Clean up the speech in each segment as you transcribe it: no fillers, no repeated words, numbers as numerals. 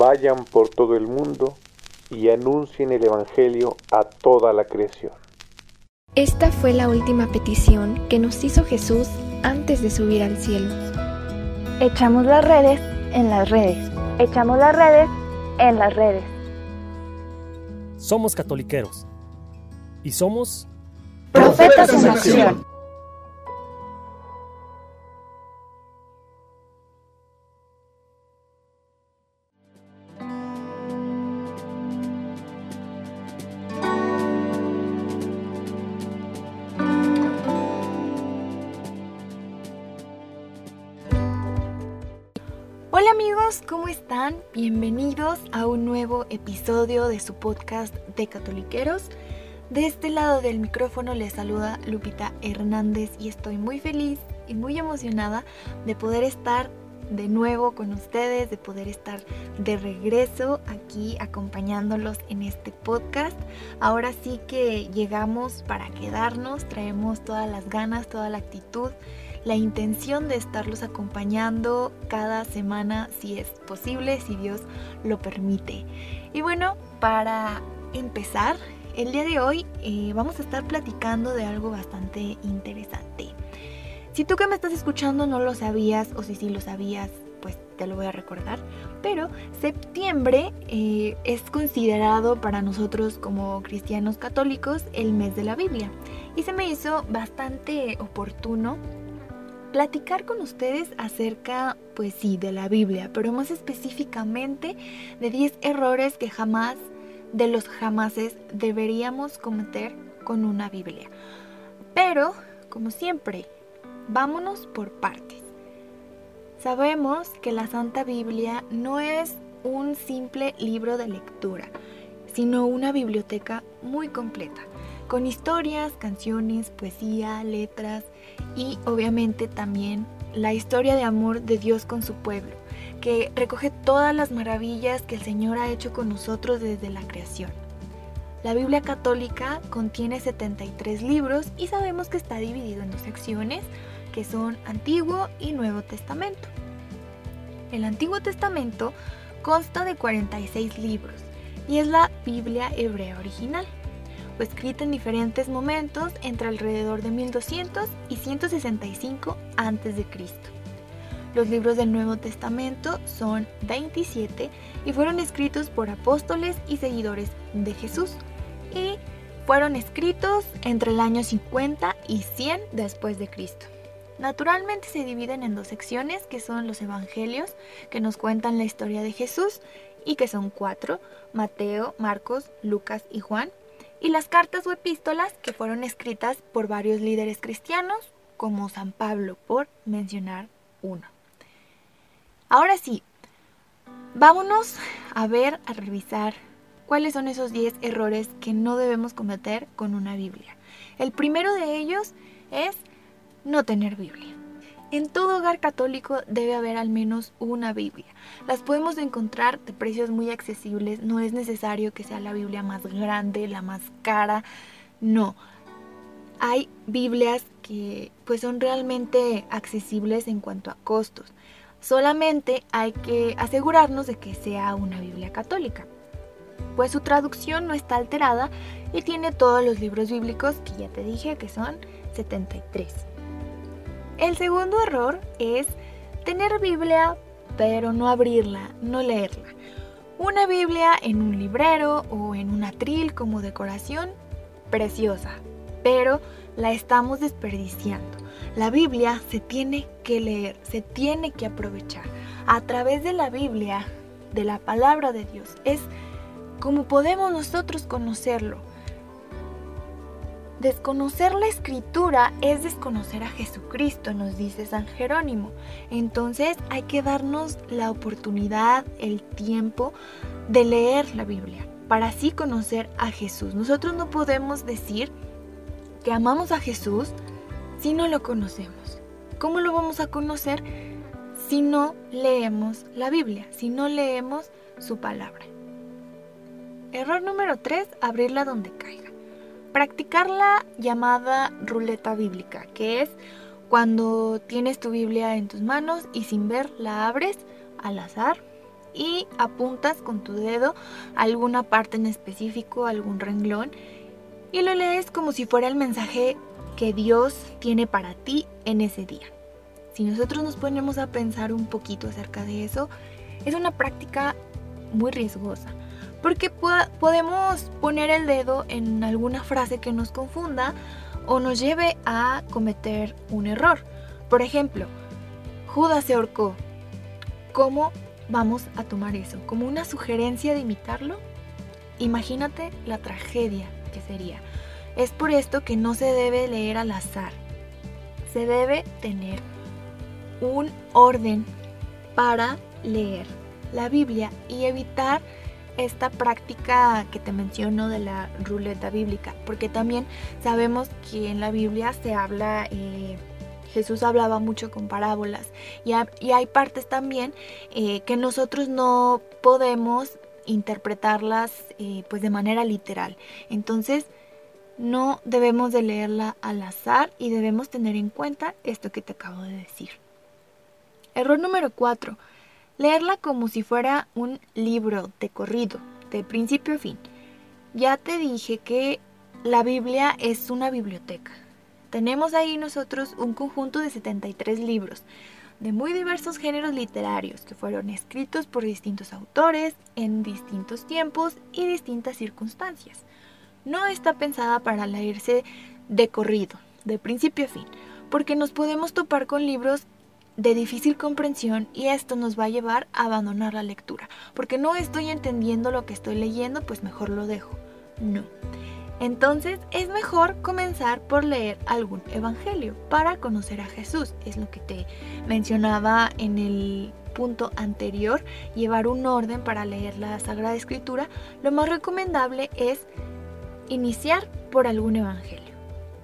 vayan por todo el mundo y anuncien el Evangelio a toda la creación. Esta fue la última petición que nos hizo Jesús antes de subir al cielo. Echamos las redes en las redes. Echamos las redes en las redes. Somos catoliqueros. Y somos Profetas en Acción. Hola amigos, ¿cómo están? Bienvenidos a un nuevo episodio de su podcast de Catoliqueros. De este lado del micrófono les saluda Lupita Hernández y estoy muy feliz y muy emocionada de poder estar de nuevo con ustedes, de poder estar de regreso aquí acompañándolos en este podcast. Ahora sí que llegamos para quedarnos, traemos todas las ganas, toda la actitud, la intención de estarlos acompañando cada semana si es posible, si Dios lo permite. Y bueno, para empezar, el día de hoy vamos a estar platicando de algo bastante interesante. Si tú que me estás escuchando no lo sabías, o si sí lo sabías, pues te lo voy a recordar. Pero septiembre es considerado para nosotros como cristianos católicos el mes de la Biblia. Y se me hizo bastante oportuno platicar con ustedes acerca, pues sí, de la Biblia, pero más específicamente de 10 errores que jamás, de los jamases, deberíamos cometer con una Biblia. Pero, como siempre, vámonos por partes. Sabemos que la Santa Biblia no es un simple libro de lectura, sino una biblioteca muy completa, con historias, canciones, poesía, letras y obviamente también la historia de amor de Dios con su pueblo, que recoge todas las maravillas que el Señor ha hecho con nosotros desde la creación. La Biblia católica contiene 73 libros y sabemos que está dividido en dos secciones, que son Antiguo y Nuevo Testamento. El Antiguo Testamento consta de 46 libros y es la Biblia hebrea original. Fue escrita en diferentes momentos entre alrededor de 1200 y 165 a.C. Los libros del Nuevo Testamento son 27 y fueron escritos por apóstoles y seguidores de Jesús y fueron escritos entre el año 50 y 100 después de Cristo. Naturalmente se dividen en dos secciones, que son los evangelios, que nos cuentan la historia de Jesús y que son 4, Mateo, Marcos, Lucas y Juan, y las cartas o epístolas que fueron escritas por varios líderes cristianos, como San Pablo, por mencionar uno. Ahora sí, vámonos a revisar cuáles son esos 10 errores que no debemos cometer con una Biblia. El primero de ellos es no tener Biblia. En todo hogar católico debe haber al menos una Biblia. Las podemos encontrar de precios muy accesibles, no es necesario que sea la Biblia más grande, la más cara, no. Hay Biblias que pues son realmente accesibles en cuanto a costos. Solamente hay que asegurarnos de que sea una Biblia católica, pues su traducción no está alterada y tiene todos los libros bíblicos que ya te dije que son 73. El segundo error es tener Biblia, pero no abrirla, no leerla. Una Biblia en un librero o en un atril como decoración, preciosa, pero la estamos desperdiciando. La Biblia se tiene que leer, se tiene que aprovechar. A través de la Biblia, de la palabra de Dios, es como podemos nosotros conocerlo. Desconocer la Escritura es desconocer a Jesucristo, nos dice San Jerónimo. Entonces hay que darnos la oportunidad, el tiempo de leer la Biblia para así conocer a Jesús. Nosotros no podemos decir que amamos a Jesús si no lo conocemos. ¿Cómo lo vamos a conocer si no leemos la Biblia, si no leemos su palabra? Error número 3, abrirla donde caiga. Practicar la llamada ruleta bíblica, que es cuando tienes tu Biblia en tus manos y sin ver la abres al azar y apuntas con tu dedo alguna parte en específico, algún renglón, y lo lees como si fuera el mensaje que Dios tiene para ti en ese día. Si nosotros nos ponemos a pensar un poquito acerca de eso, es una práctica muy riesgosa, porque podemos poner el dedo en alguna frase que nos confunda o nos lleve a cometer un error. Por ejemplo, Judas se ahorcó. ¿Cómo vamos a tomar eso? ¿Como una sugerencia de imitarlo? Imagínate la tragedia que sería. Es por esto que no se debe leer al azar. Se debe tener un orden para leer la Biblia y evitar esta práctica que te menciono de la ruleta bíblica, porque también sabemos que en la Biblia se habla, Jesús hablaba mucho con parábolas y hay partes también que nosotros no podemos interpretarlas pues de manera literal. Entonces no debemos de leerla al azar y debemos tener en cuenta esto que te acabo de decir. Error número 4. Leerla como si fuera un libro de corrido, de principio a fin. Ya te dije que la Biblia es una biblioteca. Tenemos ahí nosotros un conjunto de 73 libros de muy diversos géneros literarios que fueron escritos por distintos autores en distintos tiempos y distintas circunstancias. No está pensada para leerse de corrido, de principio a fin, porque nos podemos topar con libros de difícil comprensión y esto nos va a llevar a abandonar la lectura, porque no estoy entendiendo lo que estoy leyendo, pues mejor lo dejo. No. Entonces es mejor comenzar por leer algún evangelio para conocer a Jesús. Es lo que te mencionaba en el punto anterior, llevar un orden para leer la Sagrada Escritura. Lo más recomendable es iniciar por algún evangelio.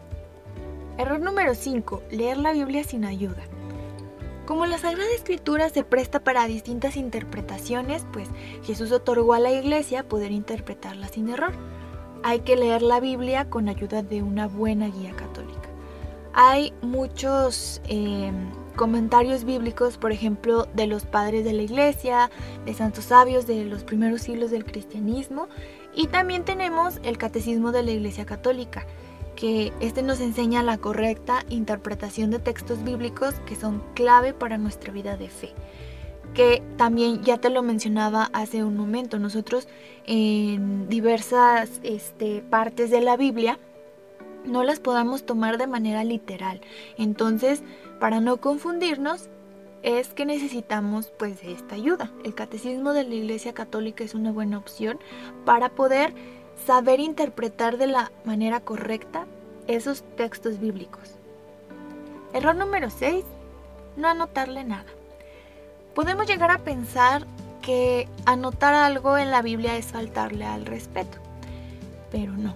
Error número 5. Leer la Biblia sin ayuda. Como la Sagrada Escritura se presta para distintas interpretaciones, pues Jesús otorgó a la Iglesia poder interpretarla sin error. Hay que leer la Biblia con ayuda de una buena guía católica. Hay muchos comentarios bíblicos, por ejemplo, de los padres de la Iglesia, de santos sabios de los primeros siglos del cristianismo, y también tenemos el Catecismo de la Iglesia Católica, que nos enseña la correcta interpretación de textos bíblicos que son clave para nuestra vida de fe. Que también ya te lo mencionaba hace un momento, nosotros en diversas partes de la Biblia no las podamos tomar de manera literal. Entonces, para no confundirnos, es que necesitamos pues esta ayuda. El Catecismo de la Iglesia Católica es una buena opción para poder saber interpretar de la manera correcta esos textos bíblicos. Error número 6. No anotarle nada. Podemos llegar a pensar que anotar algo en la Biblia es faltarle al respeto, pero no.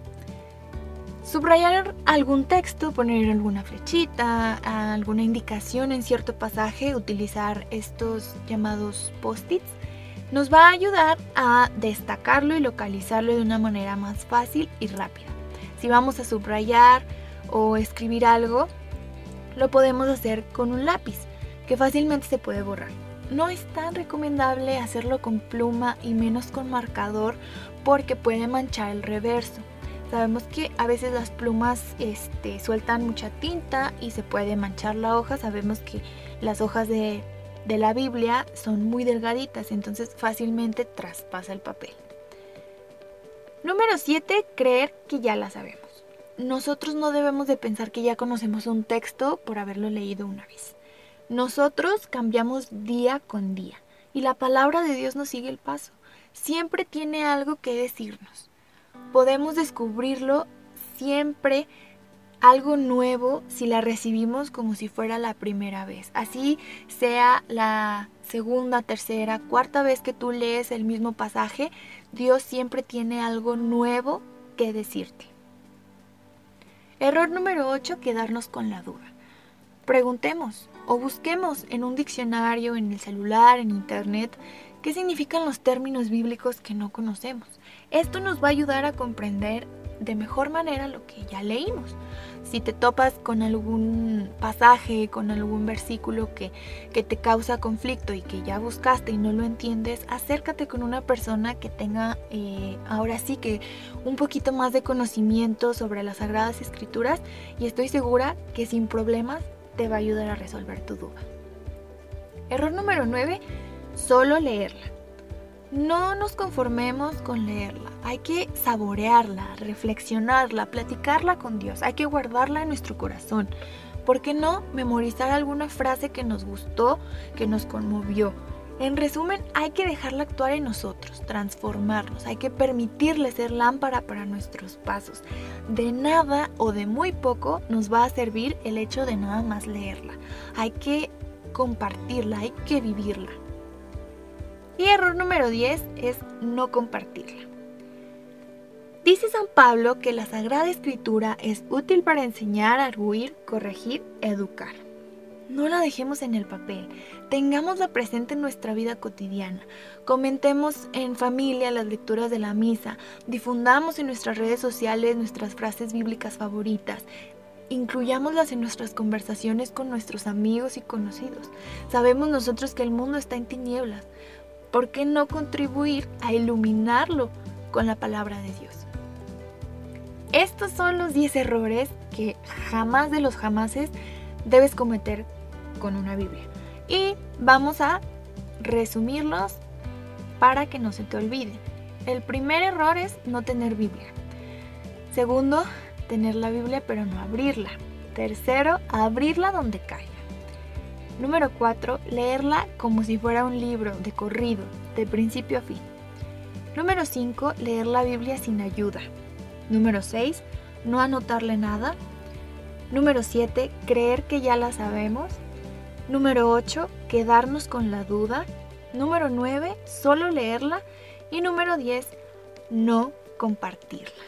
Subrayar algún texto, poner alguna flechita, alguna indicación en cierto pasaje, utilizar estos llamados post-its, nos va a ayudar a destacarlo y localizarlo de una manera más fácil y rápida. Si vamos a subrayar o escribir algo, lo podemos hacer con un lápiz, que fácilmente se puede borrar. No es tan recomendable hacerlo con pluma y menos con marcador porque puede manchar el reverso. Sabemos que a veces las plumas sueltan mucha tinta y se puede manchar la hoja. Sabemos que las hojas de la Biblia son muy delgaditas, entonces fácilmente traspasa el papel. Número 7. Creer que ya la sabemos. Nosotros no debemos de pensar que ya conocemos un texto por haberlo leído una vez. Nosotros cambiamos día con día y la palabra de Dios nos sigue el paso. Siempre tiene algo que decirnos. Podemos descubrirlo siempre, algo nuevo, si la recibimos como si fuera la primera vez. Así sea la segunda, tercera, cuarta vez que tú lees el mismo pasaje, Dios siempre tiene algo nuevo que decirte. Error número 8, quedarnos con la duda. Preguntemos o busquemos en un diccionario, en el celular, en internet, qué significan los términos bíblicos que no conocemos. Esto nos va a ayudar a comprender de mejor manera lo que ya leímos. Si te topas con algún pasaje, con algún versículo que te causa conflicto y que ya buscaste y no lo entiendes, acércate con una persona que tenga ahora sí que un poquito más de conocimiento sobre las Sagradas Escrituras y estoy segura que sin problemas te va a ayudar a resolver tu duda. Error número 9, solo leerla. No nos conformemos con leerla, hay que saborearla, reflexionarla, platicarla con Dios, hay que guardarla en nuestro corazón. ¿Por qué no memorizar alguna frase que nos gustó, que nos conmovió? En resumen, hay que dejarla actuar en nosotros, transformarnos, hay que permitirle ser lámpara para nuestros pasos. De nada o de muy poco nos va a servir el hecho de nada más leerla, hay que compartirla, hay que vivirla. Y error número 10 es no compartirla. Dice San Pablo que la Sagrada Escritura es útil para enseñar, arguir, corregir, educar. No la dejemos en el papel, tengámosla presente en nuestra vida cotidiana. Comentemos en familia las lecturas de la misa, difundamos en nuestras redes sociales nuestras frases bíblicas favoritas. Incluyámoslas en nuestras conversaciones con nuestros amigos y conocidos. Sabemos nosotros que el mundo está en tinieblas. ¿Por qué no contribuir a iluminarlo con la palabra de Dios? Estos son los 10 errores que jamás de los jamases debes cometer con una Biblia. Y vamos a resumirlos para que no se te olviden. El primer error es no tener Biblia. Segundo, tener la Biblia pero no abrirla. Tercero, abrirla donde caiga. Número 4, leerla como si fuera un libro de corrido, de principio a fin. Número 5, leer la Biblia sin ayuda. Número 6, no anotarle nada. Número 7, creer que ya la sabemos. Número 8, quedarnos con la duda. Número 9, solo leerla. Y número 10, no compartirla.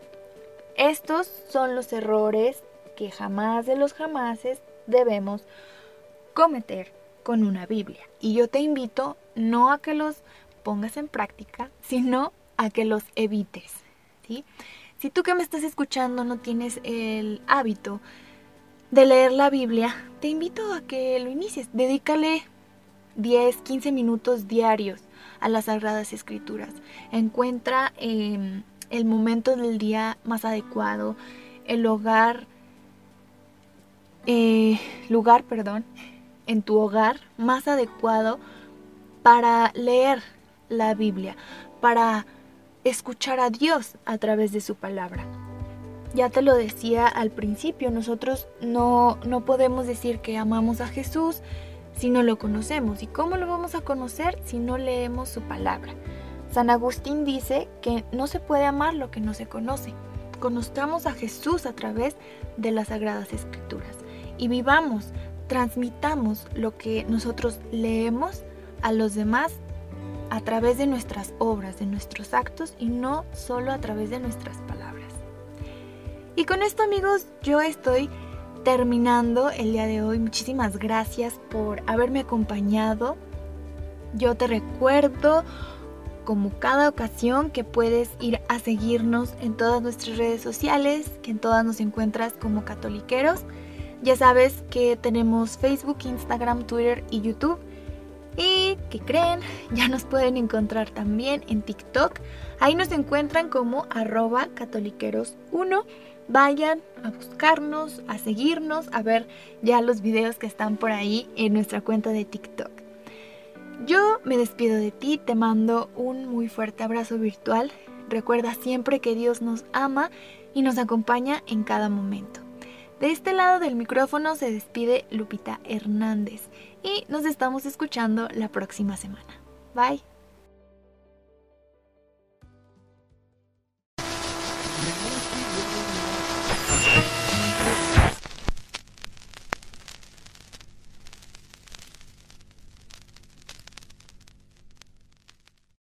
Estos son los errores que jamás de los jamases debemos cometer con una Biblia. Y yo te invito no a que los pongas en práctica, sino a que los evites, ¿sí? Si tú que me estás escuchando no tienes el hábito de leer la Biblia, te invito a que lo inicies. Dedícale 10, 15 minutos diarios a las Sagradas Escrituras. Encuentra el momento del día más adecuado, el lugar, en tu hogar más adecuado para leer la Biblia, para escuchar a Dios a través de su palabra. Ya te lo decía al principio, nosotros no podemos decir que amamos a Jesús si no lo conocemos. ¿Y cómo lo vamos a conocer si no leemos su palabra? San Agustín dice que no se puede amar lo que no se conoce. Conozcamos a Jesús a través de las Sagradas Escrituras y vivamos, transmitamos lo que nosotros leemos a los demás a través de nuestras obras, de nuestros actos y no solo a través de nuestras palabras. Y con esto, amigos, yo estoy terminando el día de hoy. Muchísimas gracias por haberme acompañado. Yo te recuerdo, como cada ocasión, que puedes ir a seguirnos en todas nuestras redes sociales, que en todas nos encuentras como Catoliqueros. Ya sabes que tenemos Facebook, Instagram, Twitter y YouTube. Y ¿qué creen? Ya nos pueden encontrar también en TikTok. Ahí nos encuentran como @catoliqueros1. Vayan a buscarnos, a seguirnos, a ver ya los videos que están por ahí en nuestra cuenta de TikTok. Yo me despido de ti, te mando un muy fuerte abrazo virtual. Recuerda siempre que Dios nos ama y nos acompaña en cada momento. De este lado del micrófono se despide Lupita Hernández y nos estamos escuchando la próxima semana. Bye.